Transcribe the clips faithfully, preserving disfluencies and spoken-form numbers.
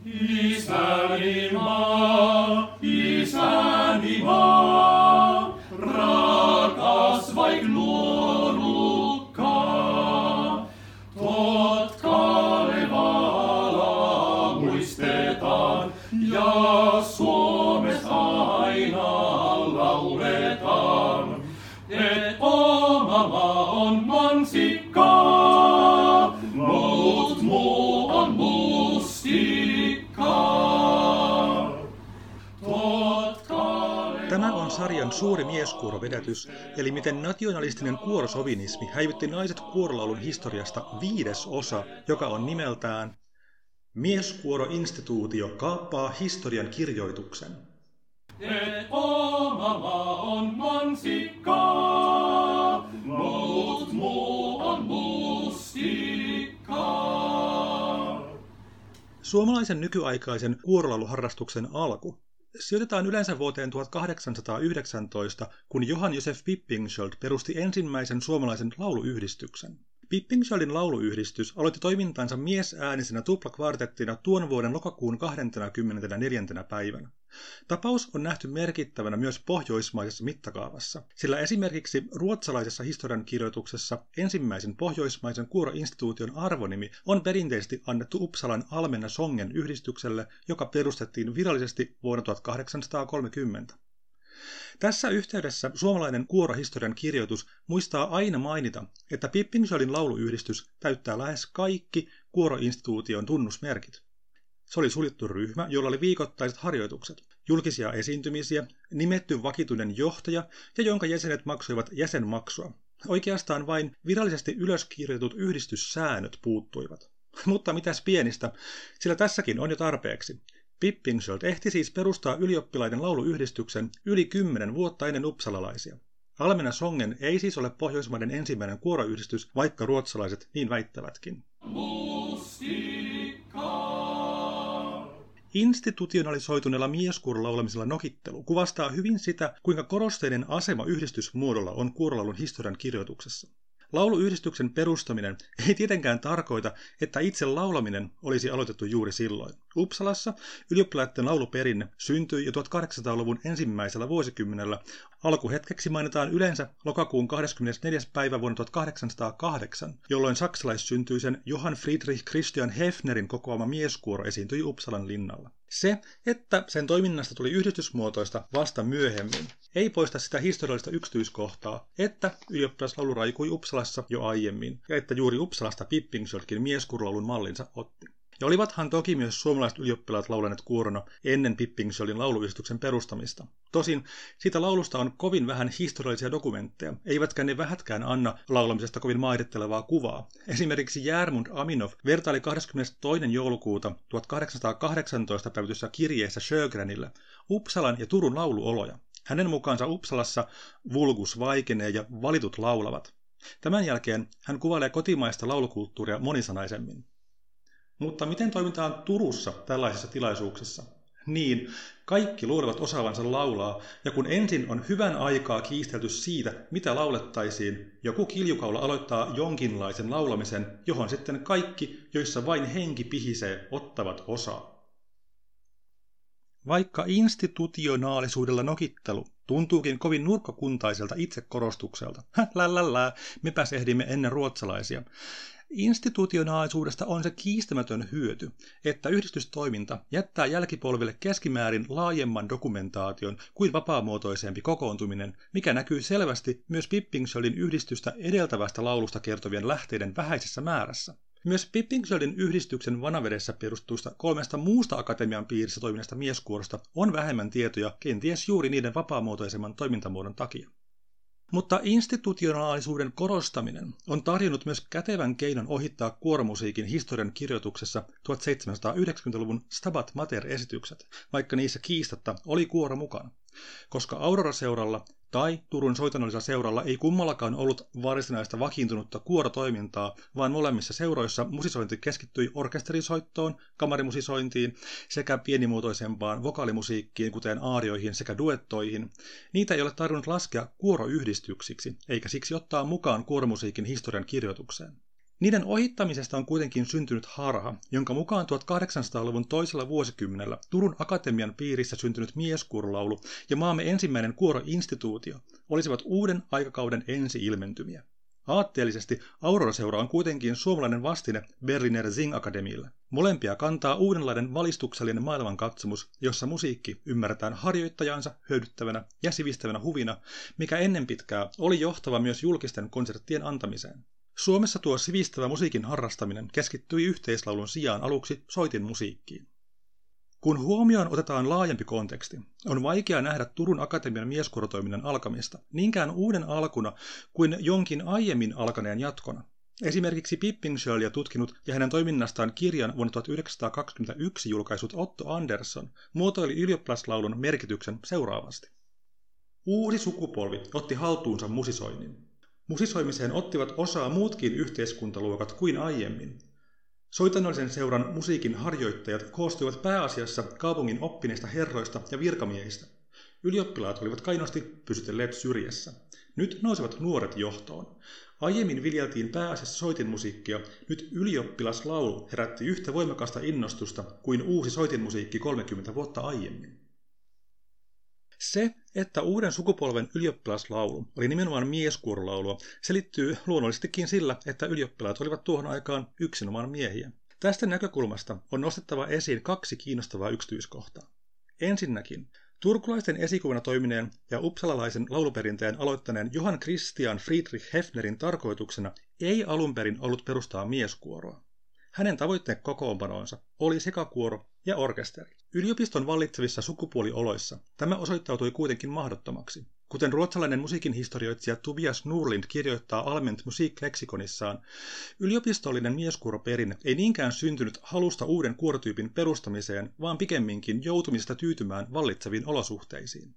Isäni maa, isäni maa, rakas vaik nuorukkaa. Tot Kalevala muistetaan ja Suomes aina lauletaan. Et oma maa on mansikkaa, mut muu on mustikkaa. Tämä on sarjan suuri mieskuorovedätys, eli miten nationalistinen kuorosovinismi häivytti naiset kuorolaulun historiasta viides osa, joka on nimeltään Mieskuoroinstituutio kaappaa historian kirjoituksen. Et oma maa on mansikkaa, mut muu on mustikkaa. Suomalaisen nykyaikaisen kuorolauluharrastuksen alku sijoitetaan yleensä vuoteen tuhatkahdeksansataayhdeksäntoista, kun Johann Josef Pippingsköld perusti ensimmäisen suomalaisen lauluyhdistyksen. Pippingsköldin lauluyhdistys aloitti toimintansa miesäänisenä tuplakvartettina tuon vuoden lokakuun kahdeskymmenesneljäs päivänä. Tapaus on nähty merkittävänä myös pohjoismaisessa mittakaavassa, sillä esimerkiksi ruotsalaisessa historiankirjoituksessa ensimmäisen pohjoismaisen kuoroinstituution arvonimi on perinteisesti annettu Uppsalan Allmänna Sången yhdistykselle, joka perustettiin virallisesti vuonna tuhatkahdeksansataakolmekymmentä. Tässä yhteydessä suomalainen kuorohistorian kirjoitus muistaa aina mainita, että Pippingsköldin lauluyhdistys täyttää lähes kaikki kuoroinstituution tunnusmerkit. Se oli suljettu ryhmä, jolla oli viikoittaiset harjoitukset, julkisia esiintymisiä, nimetty vakituinen johtaja ja jonka jäsenet maksoivat jäsenmaksua. Oikeastaan vain virallisesti ylöskirjoitut yhdistyssäännöt puuttuivat. Mutta mitäs pienistä, sillä tässäkin on jo tarpeeksi. Pippingsköld ehti siis perustaa ylioppilaiden lauluyhdistyksen yli kymmenen vuotta ennen uppsalalaisia. Allmänna Sången ei siis ole Pohjoismaiden ensimmäinen kuoroyhdistys, vaikka ruotsalaiset niin väittävätkin. Institutionalisoituneella mieskuorolaulamisella nokittelu kuvastaa hyvin sitä, kuinka korosteinen asema yhdistysmuodolla on kuorolaulun historian kirjoituksessa. Lauluyhdistyksen perustaminen ei tietenkään tarkoita, että itse laulaminen olisi aloitettu juuri silloin. Uppsalassa ylioppilaiden lauluperinne syntyi jo tuhatkahdeksansataaluvun ensimmäisellä vuosikymmenellä. Alkuhetkeksi mainitaan yleensä lokakuun kahdeskymmenesneljäs päivä vuonna tuhatkahdeksansataakahdeksan, jolloin saksalaissyntyisen Johann Friedrich Christian Hefnerin kokoama mieskuoro esiintyi Uppsalan linnalla. Se, että sen toiminnasta tuli yhdistysmuotoista vasta myöhemmin, ei poista sitä historiallista yksityiskohtaa, että ylioppilaslaulu raikui Uppsalassa jo aiemmin, ja että juuri Uppsalasta Pippingsköldkin mieskuorolaulun mallinsa otti. Ja olivathan toki myös suomalaiset ylioppilaat laulaneet kuorona ennen Pippingsköldin lauluyhdistyksen perustamista. Tosin siitä laulusta on kovin vähän historiallisia dokumentteja, eivätkä ne vähätkään anna laulamisesta kovin mairittelevaa kuvaa. Esimerkiksi Järmund Aminov vertaili kahdeskymmenestoinen joulukuuta tuhatkahdeksansataakahdeksantoista päivityssä kirjeessä Sjögrenille Uppsalan ja Turun lauluoloja. Hänen mukaansa Uppsalassa vulgus vaikenee ja valitut laulavat. Tämän jälkeen hän kuvailee kotimaista laulukulttuuria monisanaisemmin. Mutta miten toimitaan Turussa tällaisissa tilaisuuksissa? Niin, kaikki luulevat osaavansa laulaa, ja kun ensin on hyvän aikaa kiistelty siitä, mitä laulettaisiin, joku kiljukaula aloittaa jonkinlaisen laulamisen, johon sitten kaikki, joissa vain henki pihisee, ottavat osaa. Vaikka institutionaalisuudella nokittelu tuntuukin kovin nurkkakuntaiselta itsekorostukselta, lällällää, mepäs ehdimme ennen ruotsalaisia, institutionaalisuudesta on se kiistämätön hyöty, että yhdistystoiminta jättää jälkipolville keskimäärin laajemman dokumentaation kuin vapaamuotoisempi kokoontuminen, mikä näkyy selvästi myös Pippingsköldin yhdistystä edeltävästä laulusta kertovien lähteiden vähäisessä määrässä. Myös Pippingsköldin yhdistyksen Vanavedessä perustuista kolmesta muusta akatemian piirissä toiminnasta mieskuorosta on vähemmän tietoja kenties juuri niiden vapaamuotoisemman toimintamuodon takia. Mutta institutionaalisuuden korostaminen on tarjonnut myös kätevän keinon ohittaa kuoromusiikin historian kirjoituksessa tuhatseitsemänsataayhdeksänkymmentäluvun Stabat Mater-esitykset, vaikka niissä kiistatta oli kuoro mukana. Koska Aurora-seuralla tai Turun soitanollisella seuralla ei kummallakaan ollut varsinaista vakiintunutta kuorotoimintaa, vaan molemmissa seuroissa musisointi keskittyi orkesterisoittoon, kamarimusisointiin sekä pienimuotoisempaan vokaalimusiikkiin, kuten aarioihin sekä duettoihin. Niitä ei ole tarvinnut laskea kuoroyhdistyksiksi, eikä siksi ottaa mukaan kuoromusiikin historian kirjoitukseen. Niiden ohittamisesta on kuitenkin syntynyt harha, jonka mukaan tuhatkahdeksansataaluvun toisella vuosikymmenellä Turun Akatemian piirissä syntynyt mieskuorolaulu ja maamme ensimmäinen kuoroinstituutio olisivat uuden aikakauden ensi-ilmentymiä. Aatteellisesti Aurora-seura on kuitenkin suomalainen vastine Berliner Singakademille. Molempia kantaa uudenlainen valistuksellinen maailmankatsomus, jossa musiikki ymmärretään harjoittajansa hyödyttävänä ja sivistävänä huvina, mikä ennen pitkää oli johtava myös julkisten konserttien antamiseen. Suomessa tuo sivistävä musiikin harrastaminen keskittyi yhteislaulun sijaan aluksi soitinmusiikkiin. Kun huomioon otetaan laajempi konteksti, on vaikea nähdä Turun Akatemian mieskuorotoiminnan alkamista niinkään uuden alkuna kuin jonkin aiemmin alkaneen jatkona. Esimerkiksi Pippinshöljä tutkinut ja hänen toiminnastaan kirjan vuonna tuhatyhdeksänsataakaksikymmentäyksi julkaisut Otto Andersson muotoili ylioppilaslaulun merkityksen seuraavasti. Uusi sukupolvi otti haltuunsa musisoinnin. Musisoimiseen ottivat osaa muutkin yhteiskuntaluokat kuin aiemmin. Soitannollisen seuran musiikin harjoittajat koostuivat pääasiassa kaupungin oppineista herroista ja virkamiehistä. Ylioppilaat olivat kainosti pysytelleet syrjässä. Nyt nousivat nuoret johtoon. Aiemmin viljeltiin pääasiassa soitinmusiikkia, nyt ylioppilaslaulu herätti yhtä voimakasta innostusta kuin uusi soitinmusiikki kolmekymmentä vuotta aiemmin. Se, että uuden sukupolven ylioppilaslaulu oli nimenomaan mieskuorolaulua, selittyy luonnollisestikin sillä, että ylioppilaat olivat tuohon aikaan yksinomaan miehiä. Tästä näkökulmasta on nostettava esiin kaksi kiinnostavaa yksityiskohtaa. Ensinnäkin, turkulaisten esikuvana toimineen ja uppsalalaisen lauluperinteen aloittaneen Johann Christian Friedrich Hefnerin tarkoituksena ei alun perin ollut perustaa mieskuoroa. Hänen tavoittekokoonpanonsa oli sekakuoro ja orkesteri. Yliopiston vallitsevissa sukupuolioloissa tämä osoittautui kuitenkin mahdottomaksi. Kuten ruotsalainen musiikinhistorioitsija Tobias Norlind kirjoittaa Allmänt Musiklexikonissaan, yliopistollinen mieskuoroperinne ei niinkään syntynyt halusta uuden kuorotyypin perustamiseen, vaan pikemminkin joutumisesta tyytymään vallitseviin olosuhteisiin.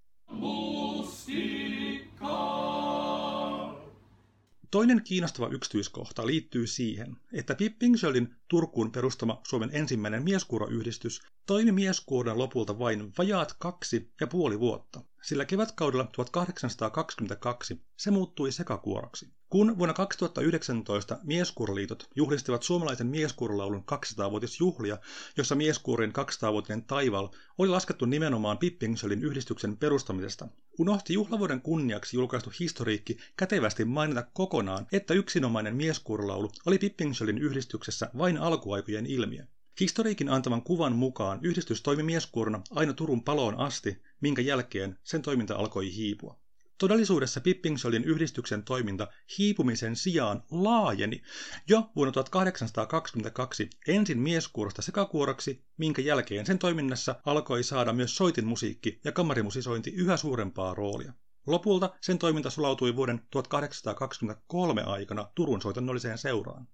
Toinen kiinnostava yksityiskohta liittyy siihen, että Pippinshöljin Turkuun perustama Suomen ensimmäinen mieskuoroyhdistys toimi mieskuorona lopulta vain vajaat kaksi ja puoli vuotta, sillä kevätkaudella tuhatkahdeksansataakaksikymmentäkaksi se muuttui sekakuoroksi. Kun vuonna kaksituhattayhdeksäntoista mieskuoroliitot juhlistivat suomalaisen mieskuorolaulun kaksisataavuotisjuhlia, jossa mieskuorin kaksisataavuotinen taival oli laskettu nimenomaan Pippinshöljin yhdistyksen perustamisesta, unohti juhlavuoden kunniaksi julkaistu historiikki kätevästi mainita kokonaan, että yksinomainen mieskuorolaulu oli Pippinshöljin yhdistyksessä vain alkuaikojen ilmiö. Historiikin antaman kuvan mukaan yhdistys toimi mieskuorona aina Turun paloon asti, minkä jälkeen sen toiminta alkoi hiipua. Todellisuudessa Pippinshöljin yhdistyksen toiminta hiipumisen sijaan laajeni jo vuonna tuhatkahdeksansataakaksikymmentäkaksi ensin mieskuorosta sekakuoroksi, minkä jälkeen sen toiminnassa alkoi saada myös soitinmusiikki ja kamarimusisointi yhä suurempaa roolia. Lopulta sen toiminta sulautui vuoden tuhatkahdeksansataakaksikymmentäkolme aikana Turun soitannolliseen seuraan.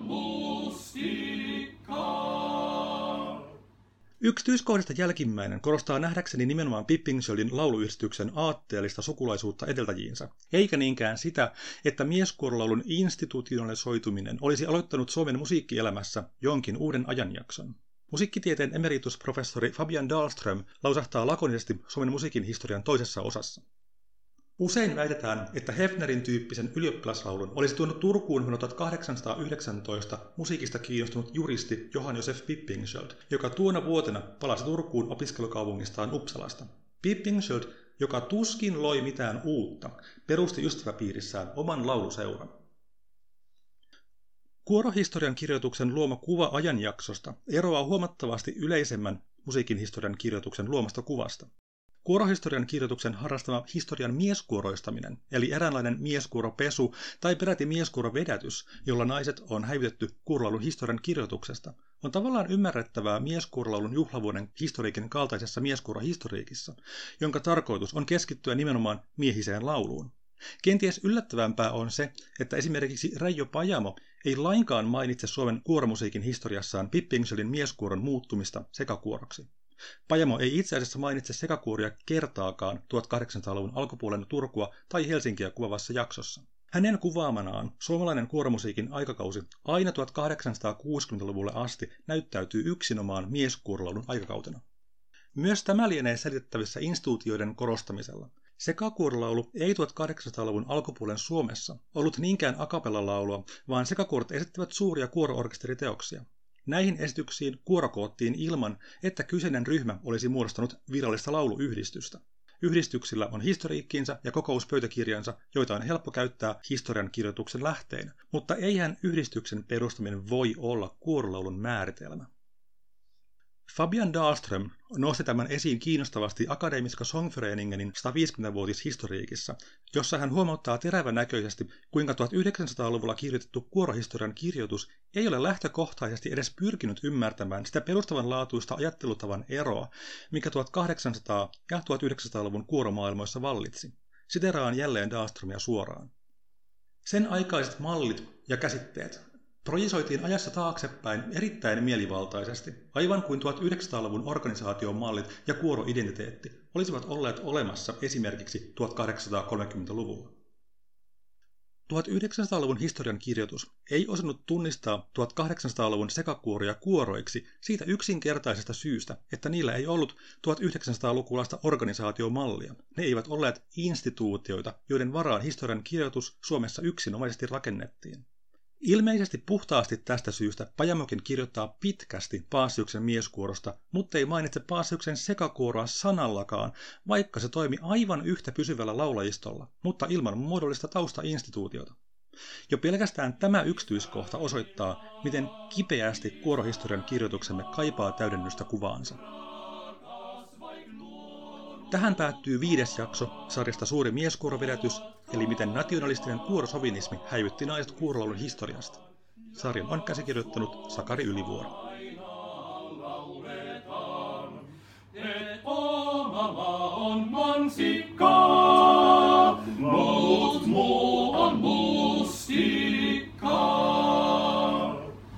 Yksityiskohdista jälkimmäinen korostaa nähdäkseni nimenomaan Pippinshöljin lauluyhdistyksen aatteellista sukulaisuutta edeltäjiinsä, eikä niinkään sitä, että mieskuorolaulun institutionalisoituminen olisi aloittanut Suomen musiikkielämässä jonkin uuden ajanjakson. Musiikkitieteen emeritusprofessori Fabian Dahlström lausahtaa lakonisesti Suomen musiikin historian toisessa osassa. Usein väitetään, että Hefnerin tyyppisen ylioppilaslaulun olisi tuonut Turkuun vuonna tuhatkahdeksansataayhdeksäntoista musiikista kiinnostunut juristi Johann Josef Pippinshöld, joka tuona vuotena palasi Turkuun opiskelukaupungistaan Uppsalasta. Pippinshöld, joka tuskin loi mitään uutta, perusti ystäväpiirissään oman lauluseuran. Kuorohistorian kirjoituksen luoma kuva ajanjaksosta eroaa huomattavasti yleisemmän musiikin historian kirjoituksen luomasta kuvasta. Kuorohistorian kirjoituksen harrastama historian mieskuoroistaminen, eli eräänlainen mieskuoropesu tai peräti mieskuorovedätys, jolla naiset on häivytetty kuorolaulun historian kirjoituksesta, on tavallaan ymmärrettävää mieskuorolaulun juhlavuoden historiikin kaltaisessa mieskuorohistoriikissa, jonka tarkoitus on keskittyä nimenomaan miehiseen lauluun. Kenties yllättävämpää on se, että esimerkiksi Reijo Pajamo ei lainkaan mainitse Suomen kuoromusiikin historiassaan Pippinshöljin mieskuoron muuttumista sekakuoroksi. Pajamo ei itse asiassa mainitse sekakuoria kertaakaan tuhatkahdeksansataaluvun alkupuolen Turkua tai Helsinkiä kuvaavassa jaksossa. Hänen kuvaamanaan suomalainen kuoromusiikin aikakausi aina tuhatkahdeksansataakuusikymmentäluvulle asti näyttäytyy yksinomaan mieskuorolaulun aikakautena. Myös tämä lienee selitettävissä instituutioiden korostamisella. Sekakuorolaulu ei tuhatkahdeksansataaluvun alkupuolen Suomessa ollut niinkään a cappella-laulua, vaan sekakuorot esittivät suuria kuoro-orkesteriteoksia. Näihin esityksiin kuoro koottiin ilman, että kyseinen ryhmä olisi muodostanut virallista lauluyhdistystä. Yhdistyksillä on historiikkiinsa ja kokouspöytäkirjansa, joita on helppo käyttää historian kirjoituksen lähteinä, mutta eihän yhdistyksen perustaminen voi olla kuorolaulun määritelmä. Fabian Dahlström nosti tämän esiin kiinnostavasti Akademiska Sångföreningenin sataviisikymmenvuotishistoriikissa, jossa hän huomauttaa terävänäköisesti, kuinka tuhatyhdeksänsataaluvulla kirjoitettu kuorohistorian kirjoitus ei ole lähtökohtaisesti edes pyrkinyt ymmärtämään sitä perustavanlaatuista ajattelutavan eroa, mikä tuhatkahdeksansataa- ja tuhatyhdeksänsataaluvun kuoromaailmoissa vallitsi. Siteraan jälleen Dahlströmia suoraan. Sen aikaiset mallit ja käsitteet projisoitiin ajassa taaksepäin erittäin mielivaltaisesti, aivan kuin tuhatyhdeksänsataaluvun organisaatiomallit ja kuoroidentiteetti olisivat olleet olemassa esimerkiksi tuhatkahdeksansataakolmekymmentäluvulla. tuhatyhdeksänsataaluvun historian kirjoitus ei osannut tunnistaa tuhatkahdeksansataaluvun sekakuoria kuoroiksi siitä yksinkertaisesta syystä, että niillä ei ollut tuhatyhdeksänsataalukulaista organisaatiomallia. Ne eivät olleet instituutioita, joiden varaan historian kirjoitus Suomessa yksinomaisesti rakennettiin. Ilmeisesti puhtaasti tästä syystä Pajamokin kirjoittaa pitkästi Paasiuksen mieskuorosta, mutta ei mainitse Paasiuksen sekakuoroa sanallakaan, vaikka se toimi aivan yhtä pysyvällä laulajistolla, mutta ilman muodollista taustainstituutiota. Jo pelkästään tämä yksityiskohta osoittaa, miten kipeästi kuorohistorian kirjoituksemme kaipaa täydennystä kuvaansa. Tähän päättyy viides jakso sarjasta Suuri mieskuorovedätys, eli miten nationalistinen kuorosovinismi häivytti naiset kuorolaulun historiasta. Sarjan on käsikirjoittanut Sakari Ylivuoro. Et oma maa on mansikka.